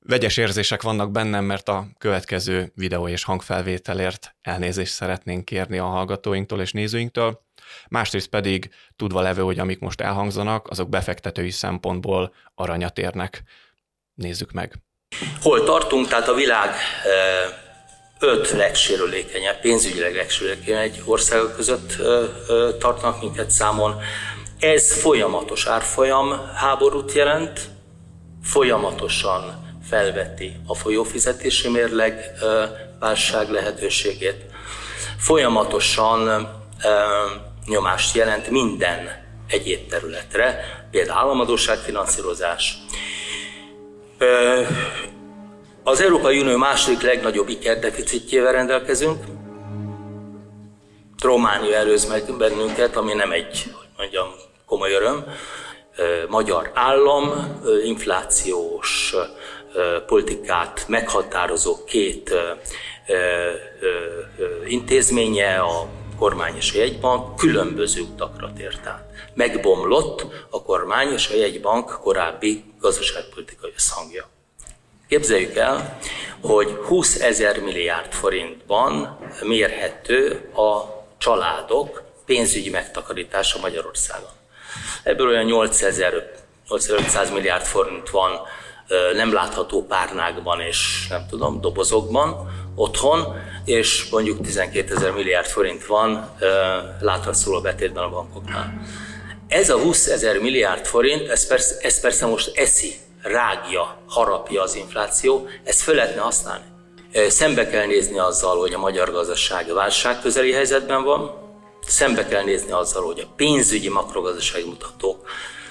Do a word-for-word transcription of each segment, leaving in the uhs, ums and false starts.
Vegyes érzések vannak bennem, mert a következő videó és hangfelvételért elnézést szeretnénk kérni a hallgatóinktól és nézőinktől, másrészt pedig tudva levő, hogy amik most elhangzanak, azok befektetői szempontból aranyat érnek. Nézzük meg. Hol tartunk? Tehát a világ öt legsérülékenyebb, pénzügyileg legsérülékenyebb országok között tartanak minket számon. Ez folyamatos árfolyam háborút jelent, folyamatosan felveti a folyófizetési mérleg válság lehetőségét, folyamatosan nyomást jelent minden egyéb területre, például államadósságfinanszírozás. Az Európai Unió második legnagyobb ikerdeficitjével rendelkezünk. Románia előz meg bennünket, ami nem egy, hogy mondjam, komoly öröm. Magyar állam inflációs politikát meghatározó két intézménye, a kormány és a jegybank különböző utakra tért át. Megbomlott a kormány és a jegybank korábbi gazdaságpolitikai összhangja. Képzeljük el, hogy húszezer milliárd forintban mérhető a családok pénzügyi megtakarítása Magyarországon. Ebből olyan nyolcezer-nyolcezer-ötszáz milliárd forint van nem látható párnákban és nem tudom, dobozokban otthon, és mondjuk tizenkétezer milliárd forint van láthatszóló betétben a bankoknál. Ez a húszezer milliárd forint, ez persze, ez persze most eszi, rágja, harapja az infláció, ezt föl lehetne használni. Szembe kell nézni azzal, hogy a magyar gazdaság válságközeli helyzetben van, szembe kell nézni azzal, hogy a pénzügyi makrogazdasági mutatók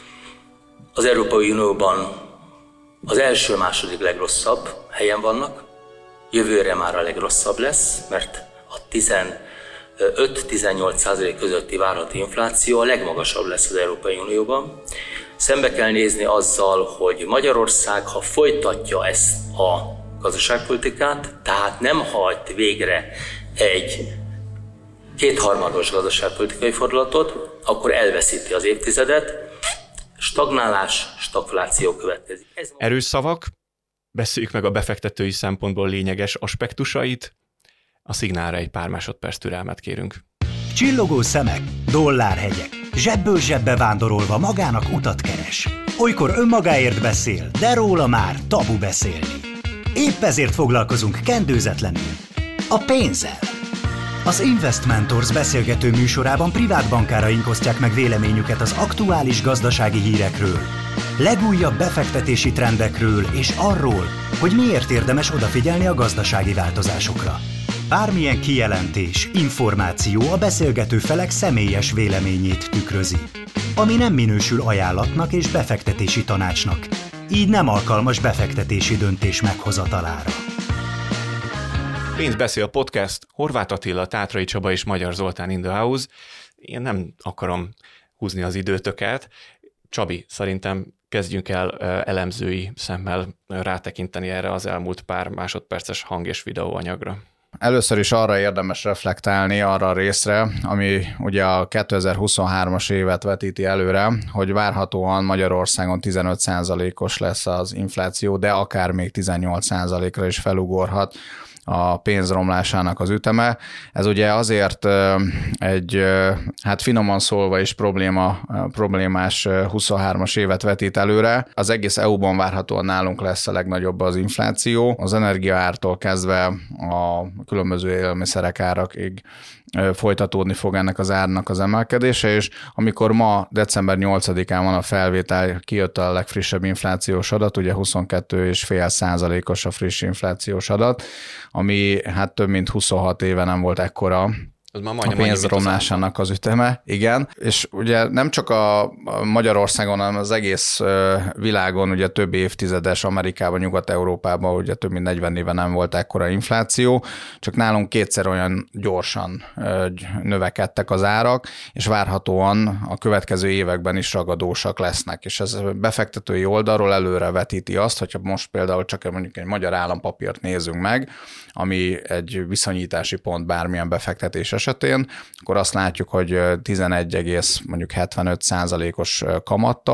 az Európai Unióban az első-második legrosszabb helyen vannak, jövőre már a legrosszabb lesz, mert a tizenöt-tizennyolc százalék közötti várható infláció a legmagasabb lesz az Európai Unióban. Szembe kell nézni azzal, hogy Magyarország, ha folytatja ezt a gazdaságpolitikát, tehát nem hajt végre egy kétharmados gazdaságpolitikai fordulatot, akkor elveszíti az évtizedet, stagnálás, stagfláció következik. Ez... Erős szavak, beszéljük meg a befektetői szempontból lényeges aspektusait, a szignálra egy pár másodperc türelmet kérünk. Csillogó szemek, dollárhegyek, zsebből zsebbe vándorolva magának utat keres. Olykor önmagáért beszél, de róla már tabu beszélni. Épp ezért foglalkozunk kendőzetlenül a pénzzel. Az Investmentors beszélgető műsorában privát bankáraink osztják meg véleményüket az aktuális gazdasági hírekről, legújabb befektetési trendekről és arról, hogy miért érdemes odafigyelni a gazdasági változásokra. Bármilyen kijelentés, információ a beszélgető felek személyes véleményét tükrözi, ami nem minősül ajánlatnak és befektetési tanácsnak, így nem alkalmas befektetési döntés meghozatalára. Pénz beszél podcast, Horváth Attila, Tátrai Csaba és Magyar Zoltán in the house. Én nem akarom húzni az időtöket. Csabi, szerintem kezdjünk el elemzői szemmel rátekinteni erre az elmúlt pár másodperces hang- és videóanyagra. Először is arra érdemes reflektálni, arra a részre, ami ugye a kétezer-huszonhármas évet vetíti előre, hogy várhatóan Magyarországon tizenöt százalékos lesz az infláció, de akár még tizennyolc százalékra is felugorhat a pénzromlásának az üteme. Ez ugye azért egy, hát finoman szólva is probléma, problémás huszonhármas évet vetít előre. Az egész é u-ban várhatóan nálunk lesz a legnagyobb az infláció. Az energiaártól kezdve a különböző élelmiszerek árakig folytatódni fog ennek az árnak az emelkedése, és amikor ma december nyolcadikán van a felvétel, kijött a legfrissebb inflációs adat, ugye huszonkettő egész öt százalékos a friss inflációs adat, ami hát több mint huszonhat éve nem volt ekkora a pénzromlásának az üteme, igen. És ugye nem csak a Magyarországon, hanem az egész világon, ugye több évtizedes Amerikában, Nyugat-Európában, ugye több mint negyven éve nem volt ekkora infláció, csak nálunk kétszer olyan gyorsan növekedtek az árak, és várhatóan a következő években is ragadósak lesznek. És ez befektetői oldalról előre vetíti azt, hogyha most például csak mondjuk egy magyar állampapírt nézzünk meg, ami egy viszonyítási pont bármilyen befektetés esetén, akkor azt látjuk, hogy tizenegy egész hetvenöt százalékos kamattal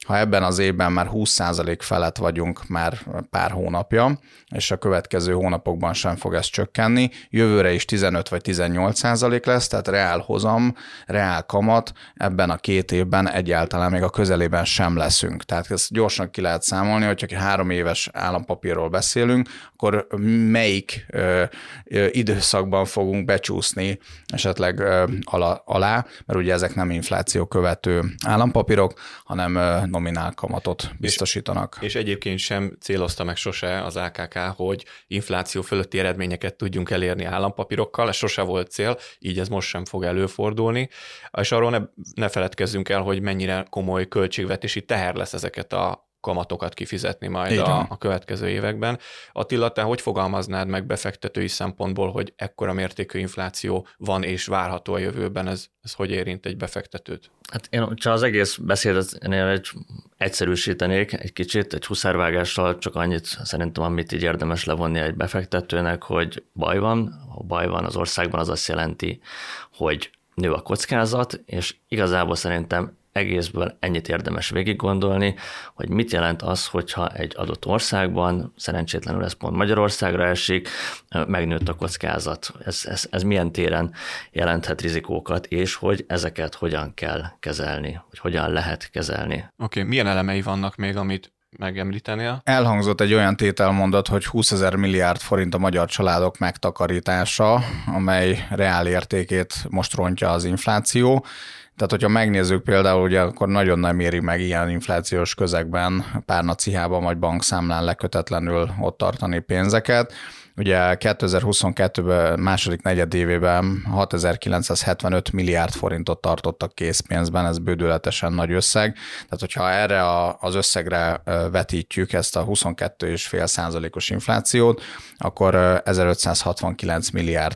ha ebben az évben már húsz százalék felett vagyunk már pár hónapja, és a következő hónapokban sem fog ez csökkenni, jövőre is tizenöt vagy tizennyolc százalék lesz, tehát reál hozam, reál kamat ebben a két évben egyáltalán még a közelében sem leszünk. Tehát ezt gyorsan ki lehet számolni, hogyha három éves állampapírról beszélünk, akkor melyik ö, ö, időszakban fogunk becsúszni esetleg ö, alá, alá, mert ugye ezek nem infláció követő állampapírok, hanem ö, nominál kamatot biztosítanak. És, és egyébként sem célozta meg sose az á ká ká, hogy infláció fölötti eredményeket tudjunk elérni állampapírokkal, ez sose volt cél, így ez most sem fog előfordulni, és arról ne, ne feledkezzünk el, hogy mennyire komoly költségvetési teher lesz ezeket a kamatokat kifizetni majd a, a következő években. Attila, te hogy fogalmaznád meg befektetői szempontból, hogy ekkora mértékű infláció van és várható a jövőben, ez, ez hogy érint egy befektetőt? Hát én csak az egész beszédet egy egyszerűsítenék egy kicsit, egy huszárvágással csak annyit szerintem, amit így érdemes levonni egy befektetőnek, hogy baj van, ha baj van az országban, az azt jelenti, hogy nő a kockázat, és igazából szerintem egészből ennyit érdemes végig gondolni, hogy mit jelent az, hogyha egy adott országban, szerencsétlenül ez pont Magyarországra esik, megnőtt a kockázat. Ez, ez, ez milyen téren jelenthet rizikókat, és hogy ezeket hogyan kell kezelni, hogy hogyan lehet kezelni. Oké, okay. Milyen elemei vannak még, amit megemlítenél? Elhangzott egy olyan tételmondat, hogy húszezer milliárd forint a magyar családok megtakarítása, amely reál értékét most rontja az infláció. Tehát, hogyha megnézzük például, ugye akkor nagyon nem éri meg ilyen inflációs közegben párna cihában vagy bankszámlán lekötetlenül ott tartani pénzeket. Ugye kétezer-huszonkettőben második negyedévében hatezer-kilencszázhetvenöt milliárd forintot tartottak készpénzben, ez bődületesen nagy összeg. Tehát, hogyha erre a, az összegre vetítjük ezt a huszonkettő egész öt százalékos inflációt, akkor ezerötszázhatvankilenc milliárd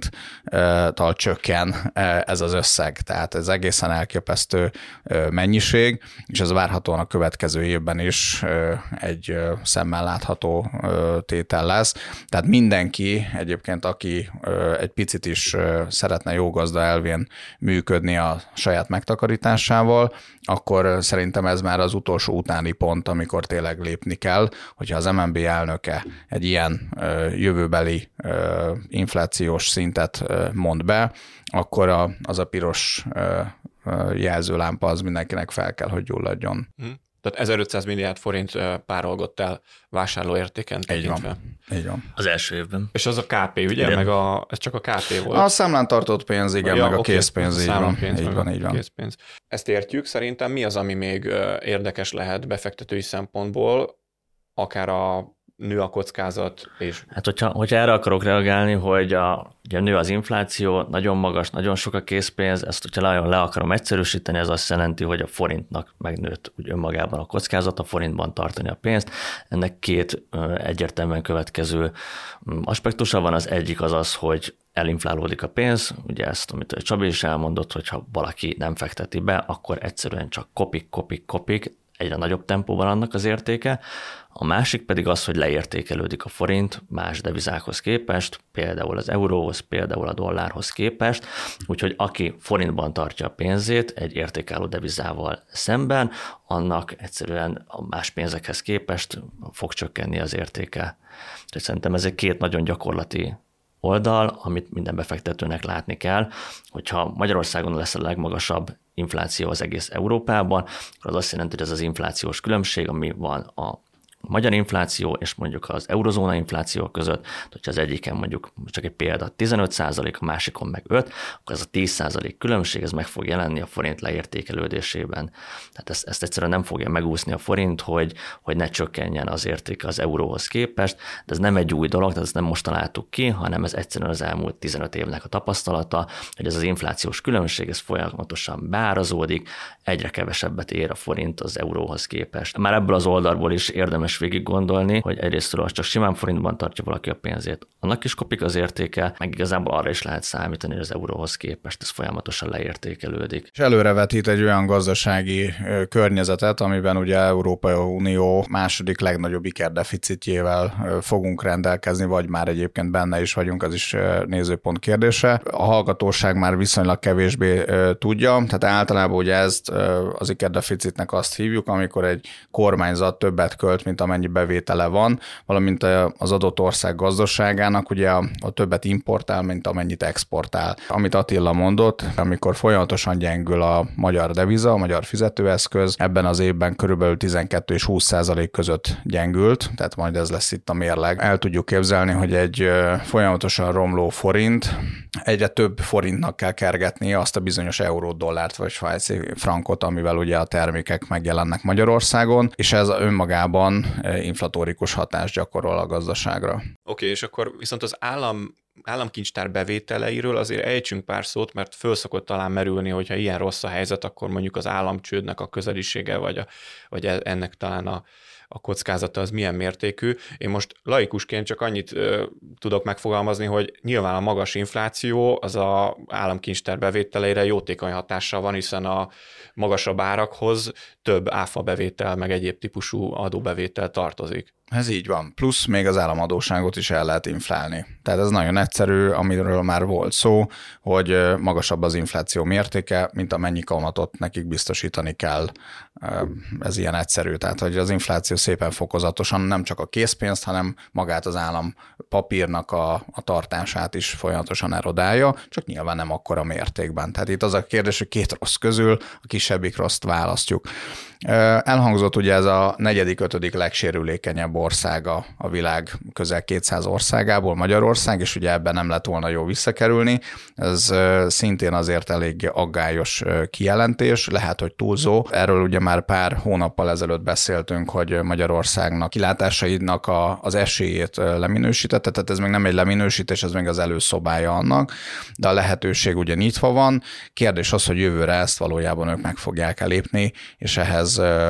forinttal csökken ez az összeg. Tehát ez egészen elképesztő mennyiség, és ez várhatóan a következő évben is egy szemmel látható tétel lesz. Tehát mindenki egyébként, aki egy picit is szeretne jó gazda elvén működni a saját megtakarításával, akkor szerintem ez már az utolsó utáni pont, amikor tényleg lépni kell, hogyha az em en bé elnöke egy ilyen jövőbeli inflációs szintet mond be, akkor a, az a piros jelzőlámpa az mindenkinek fel kell, hogy gyulladjon. Hmm. Tehát ezerötszáz milliárd forint párolgott el vásárlóértéken tekintve. Így van. Így van. Az első évben. És az a ká pé, ugye? Meg a, ez csak a ká pé volt. A számlán tartott pénz, igen, ja, meg okay. a készpénz, így van. Pénz, így van, így van. Készpénz. Ezt értjük. Szerintem mi az, ami még érdekes lehet befektetői szempontból, akár a nő a kockázat, és... Hát, hogyha, hogyha erre akarok reagálni, hogy a, ugye nő az infláció, nagyon magas, nagyon sok a készpénz, ezt hogyha le, le akarom egyszerűsíteni, ez azt jelenti, hogy a forintnak megnőtt úgy önmagában a kockázat, a forintban tartani a pénzt. Ennek két egyértelműen következő aspektusa van. Az egyik az az, hogy elinflálódik a pénz, ugye ezt, amit Csabi is elmondott, hogyha valaki nem fekteti be, akkor egyszerűen csak kopik, kopik, kopik, egyre nagyobb tempóban annak az értéke. A másik pedig az, hogy leértékelődik a forint más devizákhoz képest, például az euróhoz, például a dollárhoz képest, úgyhogy aki forintban tartja a pénzét egy értékálló devizával szemben, annak egyszerűen a más pénzekhez képest fog csökkenni az értéke. Tehát szerintem ez egy két nagyon gyakorlati oldal, amit minden befektetőnek látni kell, hogyha Magyarországon lesz a legmagasabb infláció az egész Európában, akkor az azt jelenti, hogy ez az inflációs különbség, ami van a magyar infláció és mondjuk az eurozóna infláció között, hogyha az egyiken mondjuk csak egy példa tizenöt százalék, a másikon meg öt, akkor ez a tíz százalék különbség, ez meg fog jelenni a forint leértékelődésében. Tehát ezt, ezt egyszerűen nem fogja megúszni a forint, hogy, hogy ne csökkenjen az értéke az euróhoz képest, de ez nem egy új dolog, tehát ezt nem most találtuk ki, hanem ez egyszerűen az elmúlt tizenöt évnek a tapasztalata, hogy ez az inflációs különbség, ez folyamatosan beárazódik, egyre kevesebbet ér a forint az euróhoz képest. Már ebből az oldalból is érdemes érdemes végig gondolni, hogy egyrésztről az csak simán forintban tartja valaki a pénzét. Annak is kopik az értéke, meg igazából arra is lehet számítani, hogy az euróhoz képest ez folyamatosan leértékelődik. És előrevetít egy olyan gazdasági környezetet, amiben ugye Európai Unió második legnagyobb ikerdeficitjével fogunk rendelkezni, vagy már egyébként benne is vagyunk, az is nézőpont kérdése. A hallgatóság már viszonylag kevésbé tudja, tehát általában ugye ezt az ikerdeficitnek azt hívjuk, amikor egy kormányzat többet költ, mint amennyi bevétele van, valamint az adott ország gazdaságának ugye a, a többet importál, mint amennyit exportál. Amit Attila mondott, amikor folyamatosan gyengül a magyar deviza, a magyar fizetőeszköz, ebben az évben körülbelül tizenkét és húsz százalék között gyengült, tehát majd ez lesz itt a mérleg. El tudjuk képzelni, hogy egy folyamatosan romló forint, egyre több forintnak kell kergetni azt a bizonyos eurót, dollárt vagy svájci frankot, amivel ugye a termékek megjelennek Magyarországon, és ez önmagában inflatórikus hatást gyakorol a gazdaságra. Oké, okay, és akkor viszont az állam államkincstár bevételeiről azért ejtsünk pár szót, mert föl szokott talán merülni, hogyha ilyen rossz a helyzet, akkor mondjuk az államcsődnek a közelisége, vagy, a, vagy ennek talán a, a kockázata az milyen mértékű. Én most laikusként csak annyit ö, tudok megfogalmazni, hogy nyilván a magas infláció az a államkincstár bevételeire jótékony hatással van, hiszen a magasabb árakhoz több áfa bevétel, meg egyéb típusú adóbevétel tartozik. Ez így van. Plusz még az államadósságot is el lehet inflálni. Tehát ez nagyon egyszerű, amiről már volt szó, hogy magasabb az infláció mértéke, mint amennyi kamatot nekik biztosítani kell. Ez ilyen egyszerű. Tehát, hogy az infláció szépen fokozatosan nem csak a készpénzt, hanem magát az állam papírnak a, a tartását is folyamatosan erodálja, csak nyilván nem akkora mértékben. Tehát itt az a kérdés, hogy két rossz közül a kisebbik rosszt választjuk. Elhangzott ugye ez a negyedik, ötödik legsérülékenyebb országa a világ közel kétszáz országából, Magyarország, és ugye ebben nem lett volna jó visszakerülni. Ez szintén azért elég aggályos kijelentés, lehet, hogy túlzó. Erről ugye már pár hónappal ezelőtt beszéltünk, hogy Magyarországnak kilátásainak a, az esélyét leminősítette, tehát ez még nem egy leminősítés, ez még az előszobája annak, de a lehetőség ugye nyitva van. Kérdés az, hogy jövőre ezt valójában ők meg fogják elépni, és ehhez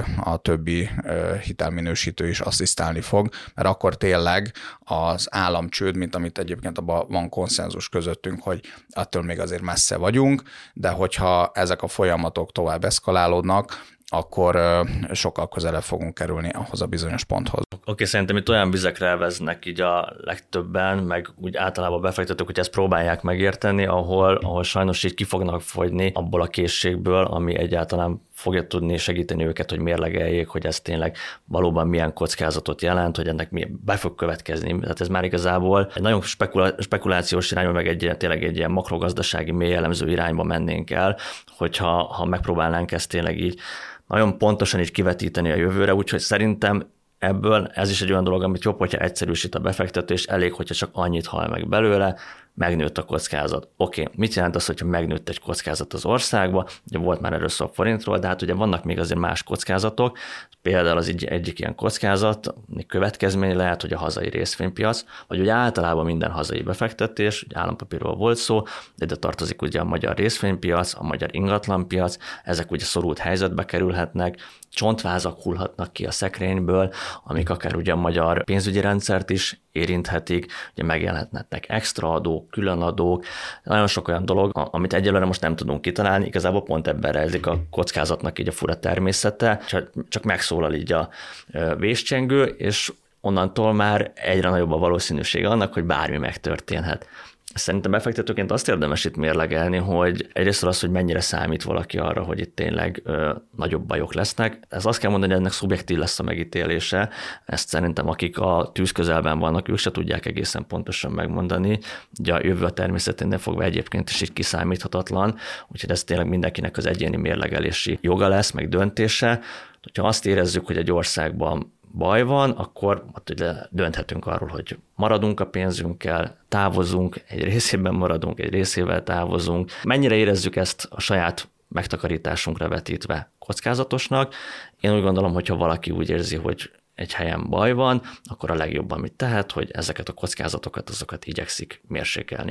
a többi hitelminősítő is asszisztálni fog, mert akkor tényleg az államcsőd, mint amit egyébként abban van konszenzus közöttünk, hogy attól még azért messze vagyunk, de hogyha ezek a folyamatok tovább eszkalálódnak, akkor sokkal közelebb fogunk kerülni ahhoz a bizonyos ponthoz. Oké, okay, szerintem itt olyan vizekre elveznek így a legtöbben, meg úgy általában befektetők, hogy ezt próbálják megérteni, ahol, ahol sajnos így ki fognak fogyni abból a készségből, ami egyáltalán fogja tudni segíteni őket, hogy mérlegeljék, hogy ez tényleg valóban milyen kockázatot jelent, hogy ennek mi be fog következni. Tehát ez már igazából egy nagyon spekula- spekulációs irányba, meg egy, tényleg egy ilyen makrogazdasági mély elemző irányba mennénk el, hogyha ha megpróbálnánk ezt tényleg így nagyon pontosan így kivetíteni a jövőre, úgyhogy szerintem ebből ez is egy olyan dolog, amit jobb, hogyha egyszerűsít a befektetés, elég, hogyha csak annyit hal meg belőle, megnőtt a kockázat. Oké, okay. Mit jelent az, hogyha megnőtt egy kockázat az országba? Ugye volt már erről szó a forintról, de hát ugye vannak még azért más kockázatok. Például az egy, egyik ilyen kockázat, következmény lehet, hogy a hazai részvénypiac, vagy ugye általában minden hazai befektetés, ugye állampapírról volt szó, de ide tartozik ugye a magyar részvénypiac, a magyar ingatlanpiac, ezek ugye szorult helyzetbe kerülhetnek, csontvázak hullhatnak ki a szekrényből, amik akár ugye a magyar pénzügyi rendszert is érinthetik, ugye megjelenhetnek extra adók, külön adók, nagyon sok olyan dolog, amit egyelőre most nem tudunk kitalálni, igazából pont ebben rejlik a kockázatnak így a fura természete, csak megszólal így a véscsengő, és onnantól már egyre nagyobb a valószínűség annak, hogy bármi megtörténhet. Szerintem befektetőként azt érdemes itt mérlegelni, hogy egyrészt az, hogy mennyire számít valaki arra, hogy itt tényleg ö, nagyobb bajok lesznek. Ez azt kell mondani, hogy ennek szubjektív lesz a megítélése. Ezt szerintem akik a tűz közelben vannak, ők se tudják egészen pontosan megmondani. Ugye a jövő a természeténél fogva egyébként is így kiszámíthatatlan, úgyhogy ez tényleg mindenkinek az egyéni mérlegelési joga lesz, meg döntése. Ha azt érezzük, hogy egy országban baj van, akkor ugye dönthetünk arról, hogy maradunk a pénzünkkel, távozunk, egy részében maradunk, egy részével távozunk. Mennyire érezzük ezt a saját megtakarításunkra vetítve kockázatosnak? Én úgy gondolom, hogy ha valaki úgy érzi, hogy egy helyen baj van, akkor a legjobb, amit tehet, hogy ezeket a kockázatokat, azokat igyekszik mérsékelni.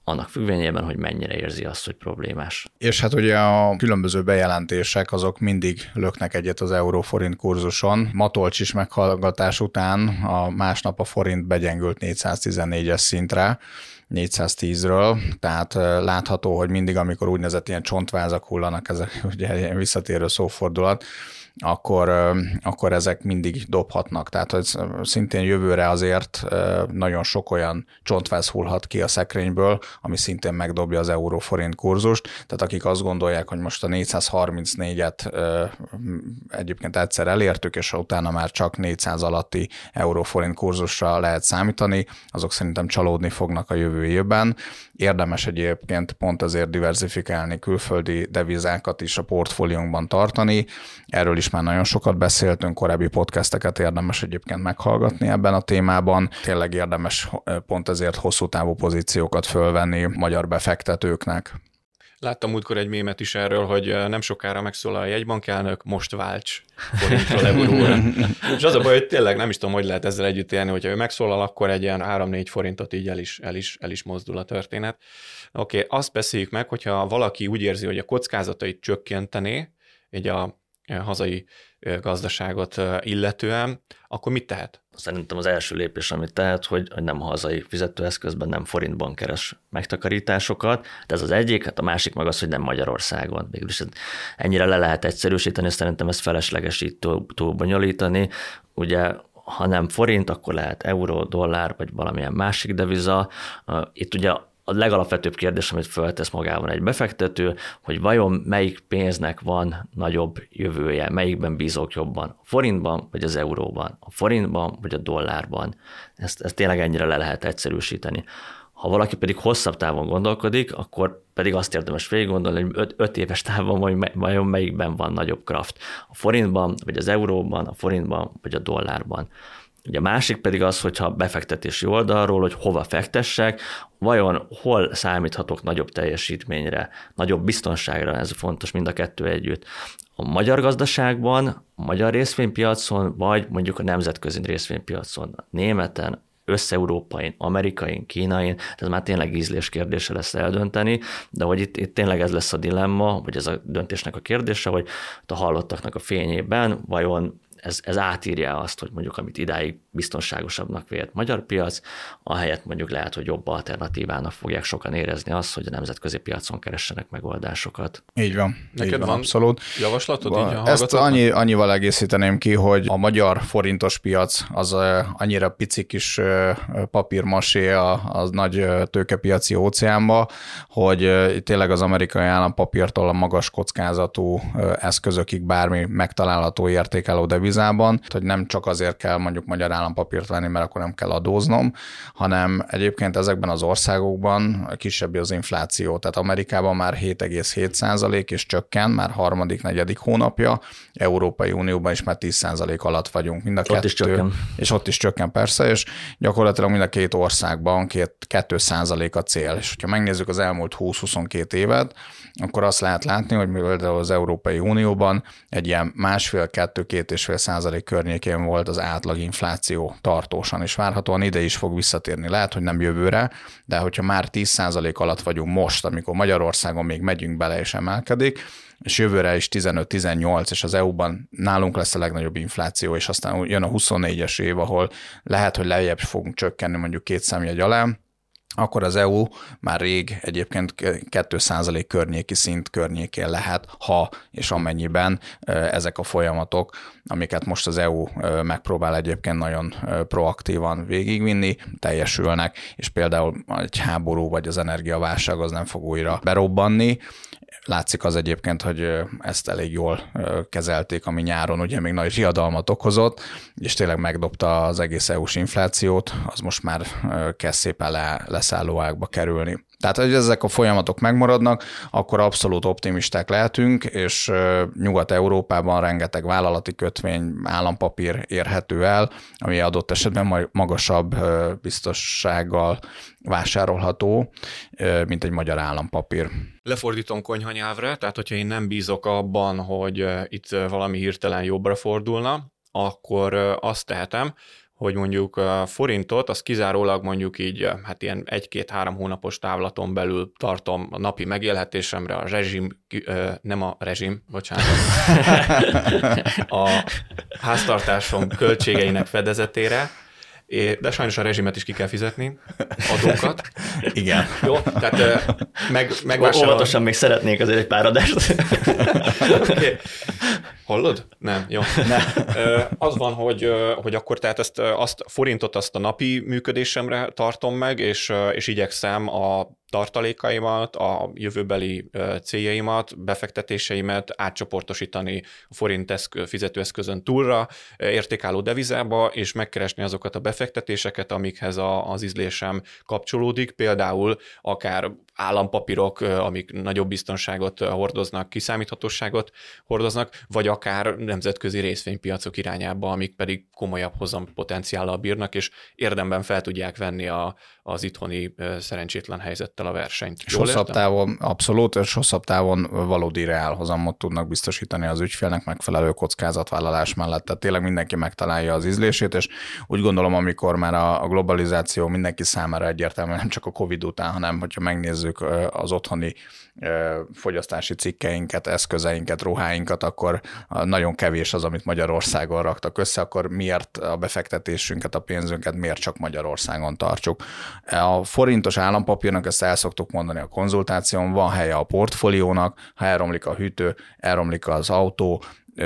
annak függvényében, hogy mennyire érzi azt, hogy problémás. És hát ugye a különböző bejelentések azok mindig löknek egyet az euró-forint kurzuson. Matolcs is meghallgatás után a másnap a forint begyengült négyszáztizennégyes szintre, négyszáztízről, tehát látható, hogy mindig, amikor úgynevezett ilyen csontvázak hullanak, ezek ugye ilyen visszatérő szófordulat, akkor, akkor ezek mindig dobhatnak. Tehát hogy szintén jövőre azért nagyon sok olyan csontváz hullhat ki a szekrényből, ami szintén megdobja az euró-forint kurzust. Tehát akik azt gondolják, hogy most a négyszázharmincnégyet egyébként egyszer elértük, és utána már csak négyszáz alatti euró-forint kurzusra lehet számítani, azok szerintem csalódni fognak a jövő évben. Érdemes egyébként pont azért diversifikálni, külföldi devizákat is a portfóliónkban tartani. Erről is már nagyon sokat beszéltünk, korábbi podcasteket érdemes egyébként meghallgatni ebben a témában. Tényleg érdemes pont ezért hosszú távú pozíciókat fölvenni magyar befektetőknek. Láttam múltkor egy mémet is erről, hogy nem sokára megszólal a jegybankelnök, most válts forintról euróra. És az a baj, hogy tényleg nem is tudom, hogy lehet ezzel együtt élni, hogyha ő megszólal, akkor egy ilyen három-négy forintot így el is, el is, el is mozdul a történet. Oké, okay, azt beszéljük meg, hogyha valaki úgy érzi, hogy a kockázatait csökkentené, így a hazai gazdaságot illetően, akkor mit tehet? Szerintem az első lépés, amit tehet, hogy, hogy nem hazai fizetőeszközben, nem forintban keres megtakarításokat, de ez az egyik, hát a másik meg az, hogy nem Magyarországon. Mégis ennyire le lehet egyszerűsíteni, szerintem ez felesleges így túl, túl bonyolítani. Ugye, ha nem forint, akkor lehet euró, dollár, vagy valamilyen másik deviza. Itt ugye a legalapvetőbb kérdés, amit feltesz magában egy befektető, hogy vajon melyik pénznek van nagyobb jövője, melyikben bízok jobban, a forintban vagy az euróban, a forintban vagy a dollárban. Ezt, ezt tényleg ennyire le lehet egyszerűsíteni. Ha valaki pedig hosszabb távon gondolkodik, akkor pedig azt érdemes végig gondolni, hogy öt, öt éves távon vagy vajon melyikben van nagyobb kraft. A forintban, vagy az euróban, a forintban, vagy a dollárban. Ugye a másik pedig az, hogyha befektetési oldalról, hogy hova fektessek, vajon hol számíthatok nagyobb teljesítményre, nagyobb biztonságra, ez fontos mind a kettő együtt. A magyar gazdaságban, a magyar részvénypiacon, vagy mondjuk a nemzetközi részvénypiacon, a németen, összeurópain, amerikain, kínain, ez már tényleg ízlés kérdése lesz eldönteni, de hogy itt, itt tényleg ez lesz a dilemma, vagy ez a döntésnek a kérdése, hogy a hallottaknak a fényében vajon Ez, ez átírja azt, hogy mondjuk amit idáig biztonságosabbnak vélt magyar piac, ahelyett mondjuk lehet, hogy jobb alternatívának fogják sokan érezni azt, hogy a nemzetközi piacon keressenek megoldásokat. Így van. Neked így van, van abszolút. Javaslatod így a Ezt annyi, annyival egészíteném ki, hogy a magyar forintos piac az annyira pici kis papírmasé a nagy tőkepiaci óceánba, hogy tényleg az amerikai állampapírtól a magas kockázatú eszközökig bármi megtalálható értékelő devizában, hogy nem csak azért kell mondjuk magyar állampapírt venni, mert akkor nem kell adóznom, hanem egyébként ezekben az országokban kisebb az infláció. Tehát Amerikában már hét egész hét százalék és csökken, már harmadik, negyedik hónapja, Európai Unióban is már tíz százalék alatt vagyunk. Mind a ott kettő, is csökken. És ott is csökken persze, és gyakorlatilag mind a két országban két, kettő százalék a cél. És ha megnézzük az elmúlt húsz-huszonkét évet, akkor azt lehet látni, hogy például az Európai Unióban egy ilyen másfél-kettő-két és fél százalék környékén volt az átlag infláció tartósan, és várhatóan ide is fog visszatérni. Lehet, hogy nem jövőre, de hogyha már tíz százalék alatt vagyunk most, amikor Magyarországon még megyünk bele és emelkedik, és jövőre is tizenöt-tizennyolc, és az é u-ban nálunk lesz a legnagyobb infláció, és aztán jön a huszonnégyes év, ahol lehet, hogy lejjebb fogunk csökkenni mondjuk két számjegy alá, akkor az é u már rég egyébként két százalék környéki szint környékén lehet, ha és amennyiben ezek a folyamatok, amiket most az é u megpróbál egyébként nagyon proaktívan végigvinni, teljesülnek, és például egy háború vagy az energiaválság az nem fog újra berobbanni. Látszik az egyébként, hogy ezt elég jól kezelték, ami nyáron ugye még nagy riadalmat okozott, és tényleg megdobta az egész é u-s inflációt, az most már kezd szépen le, leszálló ágba kerülni. Tehát, hogy ezek a folyamatok megmaradnak, akkor abszolút optimisták lehetünk, és Nyugat-Európában rengeteg vállalati kötvény, állampapír érhető el, ami adott esetben magasabb biztossággal vásárolható, mint egy magyar állampapír. Lefordítom konyhanyelvre, tehát hogyha én nem bízok abban, hogy itt valami hirtelen jobbra fordulna, akkor azt tehetem, hogy mondjuk a forintot, az kizárólag mondjuk így, hát ilyen egy-két-három hónapos távlaton belül tartom a napi megélhetésemre, a rezsim, nem a rezsim, bocsánat, a háztartásom költségeinek fedezetére, de sajnos a rezsimet is ki kell fizetni, adókat. Igen. Jó, tehát meg, megvásárolom. Óvatosan még szeretnék azért egy pár adást. Okay. Hallod? Nem, jó. Nem. Az van, hogy, hogy akkor tehát ezt, azt forintot azt a napi működésemre tartom meg, és, és igyekszem a tartalékaimat, a jövőbeli céljaimat, befektetéseimet átcsoportosítani a forint eszkö, fizetőeszközön túlra, értékálló devizába, és megkeresni azokat a befektetéseket, amikhez a, az ízlésem kapcsolódik, például akár állampapírok, amik nagyobb biztonságot hordoznak, kiszámíthatóságot hordoznak, vagy akár nemzetközi részvénypiacok irányába, amik pedig komolyabb hozampotenciállal bírnak, és érdemben fel tudják venni a, az itthoni szerencsétlen helyzettel a versenyt. És hosszabb távon, abszolút, és hosszabb távon valódi reálhozamot tudnak biztosítani az ügyfélnek megfelelő kockázatvállalás mellett. Tehát tényleg mindenki megtalálja az ízlését, és úgy gondolom, amikor már a globalizáció mindenki számára egyértelműen nem csak a Covid után, hanem hogyha megnézzük az otthoni fogyasztási cikkeinket, eszközeinket, ruháinkat, akkor nagyon kevés az, amit Magyarországon raktak össze, akkor miért a befektetésünket, a pénzünket miért csak Magyarországon tartsuk. A forintos állampapírnak, ezt el szoktuk mondani a konzultáción, van helye a portfóliónak, ha elromlik a hűtő, elromlik az autó,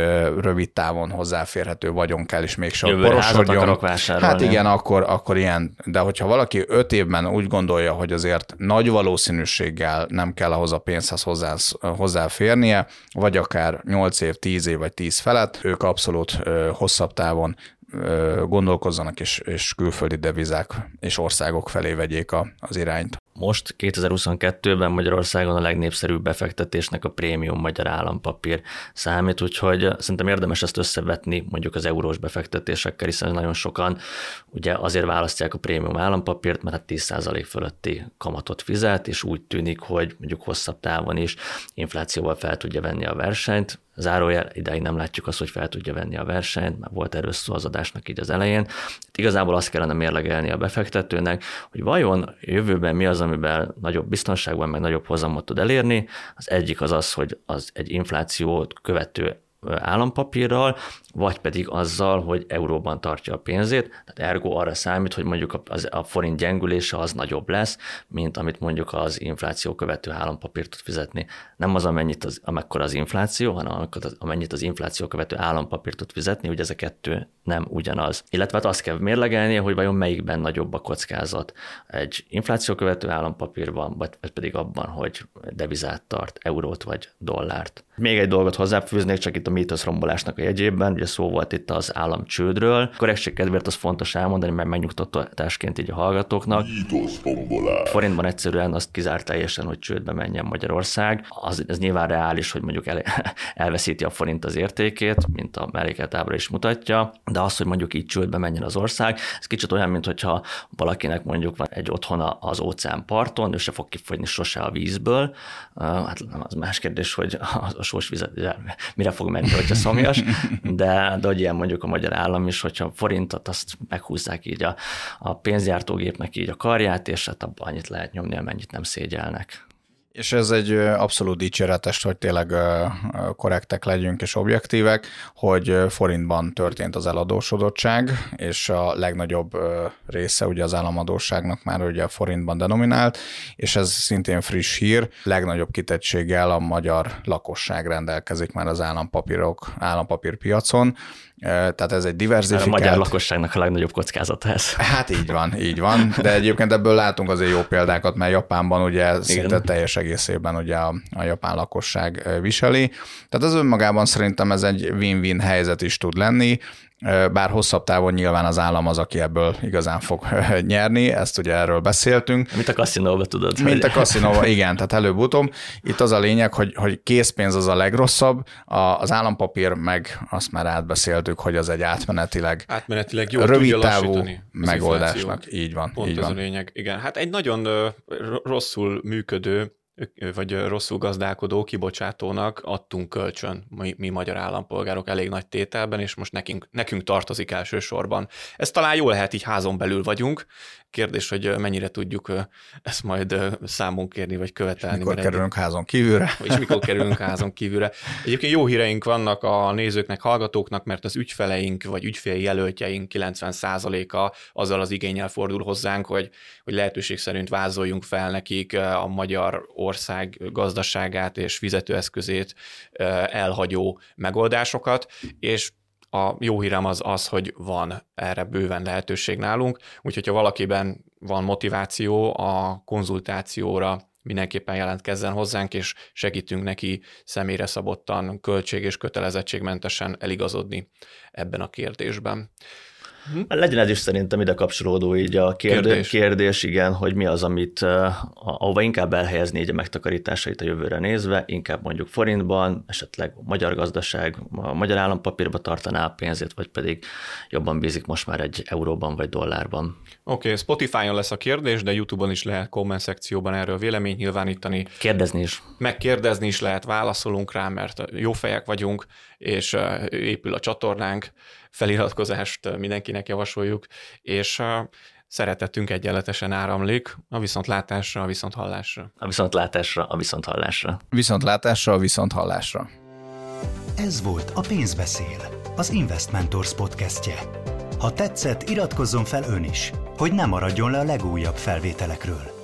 rövid távon hozzáférhető vagyon kell, és mégsem porosodjon. Hát igen, akkor, akkor ilyen. De hogyha valaki öt évben úgy gondolja, hogy azért nagy valószínűséggel nem kell ahhoz a pénzhez hozzá, hozzáférnie, vagy akár nyolc év, tíz év, vagy tíz felett, ők abszolút ö, hosszabb távon ö, gondolkozzanak, és, és külföldi devizák és országok felé vegyék a, az irányt. Most kétezer-huszonkettőben Magyarországon a legnépszerűbb befektetésnek a prémium magyar állampapír számít, úgyhogy szerintem érdemes ezt összevetni mondjuk az eurós befektetésekkel, hiszen nagyon sokan ugye azért választják a prémium állampapírt, mert hát tíz százalék fölötti kamatot fizet, és úgy tűnik, hogy mondjuk hosszabb távon is inflációval fel tudja venni a versenyt. Zárójel, ideig nem látjuk azt, hogy fel tudja venni a versenyt, mert volt erről szó az adásnak így az elején. Hát igazából azt kellene mérlegelni a befektetőnek, hogy vajon jövőben mi az, amiben nagyobb biztonságban, meg nagyobb hozamot tud elérni. Az egyik az az, hogy az egy inflációt követő állampapírral, vagy pedig azzal, hogy euróban tartja a pénzét, tehát ergo arra számít, hogy mondjuk a, a forint gyengülése az nagyobb lesz, mint amit mondjuk az infláció követő állampapír tud fizetni. Nem az, amennyit az, amekkora az infláció, hanem amennyit az infláció követő állampapír tud fizetni, ugye ez a kettő nem ugyanaz. Illetve hát azt kell mérlegelni, hogy vajon melyikben nagyobb a kockázat. Egy infláció követő állampapírban, vagy pedig abban, hogy devizát tart, eurót vagy dollárt. Még egy dolgot hozzáfűznék, csak itt a mítoszrombolásnak a jegyében, ugye szó volt itt az államcsődről. Korrektség kedvéért az fontos elmondani, mert megnyugtatásként így a hallgatóknak. Mítoszrombolás. Forintban egyszerűen azt kizárt teljesen, hogy csődbe menjen Magyarország. Az, ez nyilván reális, hogy mondjuk el, elveszíti a forint az értékét, mint a mellékelt ábra is mutatja, de az, hogy mondjuk így csődbe menjen az ország, ez kicsit olyan, mintha valakinek mondjuk van egy otthona az óceán parton, ő se fog kifogyni sose a vízből. Hát az más kérdés, hogy a sós vizet mire fog menni, hogyha szomjas, de, de hogy ilyen mondjuk a magyar állam is, hogyha forintot, azt meghúzzák így a, a pénzgyártógépnek így a karját, és hát abban annyit lehet nyomni, amennyit nem szégyelnek. És ez egy abszolút dicséretes, hogy tényleg korrektek legyünk és objektívek, hogy forintban történt az eladósodottság, és a legnagyobb része ugye az államadósságnak már ugye forintban denominált, és ez szintén friss hír, legnagyobb kitettséggel a magyar lakosság rendelkezik már az állampapírok, állampapírpiacon, tehát ez egy diversifikált... A magyar lakosságnak a legnagyobb kockázata ez. Hát így van, így van, de egyébként ebből látunk azért jó példákat, mert Japánban ugye igen, szinte teljes egészében ugye a, a japán lakosság viseli. Tehát az önmagában szerintem ez egy win-win helyzet is tud lenni, bár hosszabb távon nyilván az állam az, aki ebből igazán fog nyerni, ezt ugye erről beszéltünk. Mint a kaszinóba tudod. Mint a kaszinóba, igen, tehát előbb-utóbb. Itt az a lényeg, hogy, hogy készpénz az a legrosszabb, az állampapír meg azt már átbeszéltük, hogy az egy átmenetileg, átmenetileg jó, rövid távú megoldásnak. Így van. Pont így ez van. a lényeg. Igen, hát egy nagyon rosszul működő vagy rosszul gazdálkodó kibocsátónak adtunk kölcsön mi, mi magyar állampolgárok elég nagy tételben, és most nekünk, nekünk tartozik elsősorban. Ez talán jól lehet, így házon belül vagyunk. Kérdés, hogy mennyire tudjuk ezt majd számon kérni, vagy követelni. Mikor kerülünk egy... házon kívülre. És mikor kerülünk házon kívülre. Egyébként jó híreink vannak a nézőknek, hallgatóknak, mert az ügyfeleink, vagy ügyféljelöltjeink kilencven százaléka azzal az igénnyel fordul hozzánk, hogy, hogy lehetőség szerint vázoljunk fel nekik a magyar ország gazdaságát és fizetőeszközét elhagyó megoldásokat, és a jó hírem az az, hogy van erre bőven lehetőség nálunk, úgyhogy ha valakiben van motiváció a konzultációra, mindenképpen jelentkezzen hozzánk, és segítünk neki személyre szabottan, költség- és kötelezettségmentesen eligazodni ebben a kérdésben. Hm? Legyen ez is szerintem ide kapcsolódó így a kérdés, kérdés. kérdés, igen, hogy mi az, amit ahova inkább elhelyezni így a megtakarításait a jövőre nézve, inkább mondjuk forintban, esetleg a magyar gazdaság, a magyar állampapírba tartaná a pénzét, vagy pedig jobban bízik most már egy euróban vagy dollárban. Oké, okay, Spotify-on lesz a kérdés, de YouTube-on is lehet komment szekcióban erről véleményt nyilvánítani. Kérdezni is. Megkérdezni is lehet, válaszolunk rá, mert jó fejek vagyunk, és épül a csatornánk, feliratkozást mindenkinek javasoljuk, és szeretetünk egyenletesen áramlik a viszontlátásra, a viszonthallásra. A viszontlátásra, a viszonthallásra. Viszontlátásra, a viszonthallásra. Ez volt a Pénzbeszél, az Investmentors podcastje. Ha tetszett, iratkozzon fel ön is, hogy ne maradjon le a legújabb felvételekről.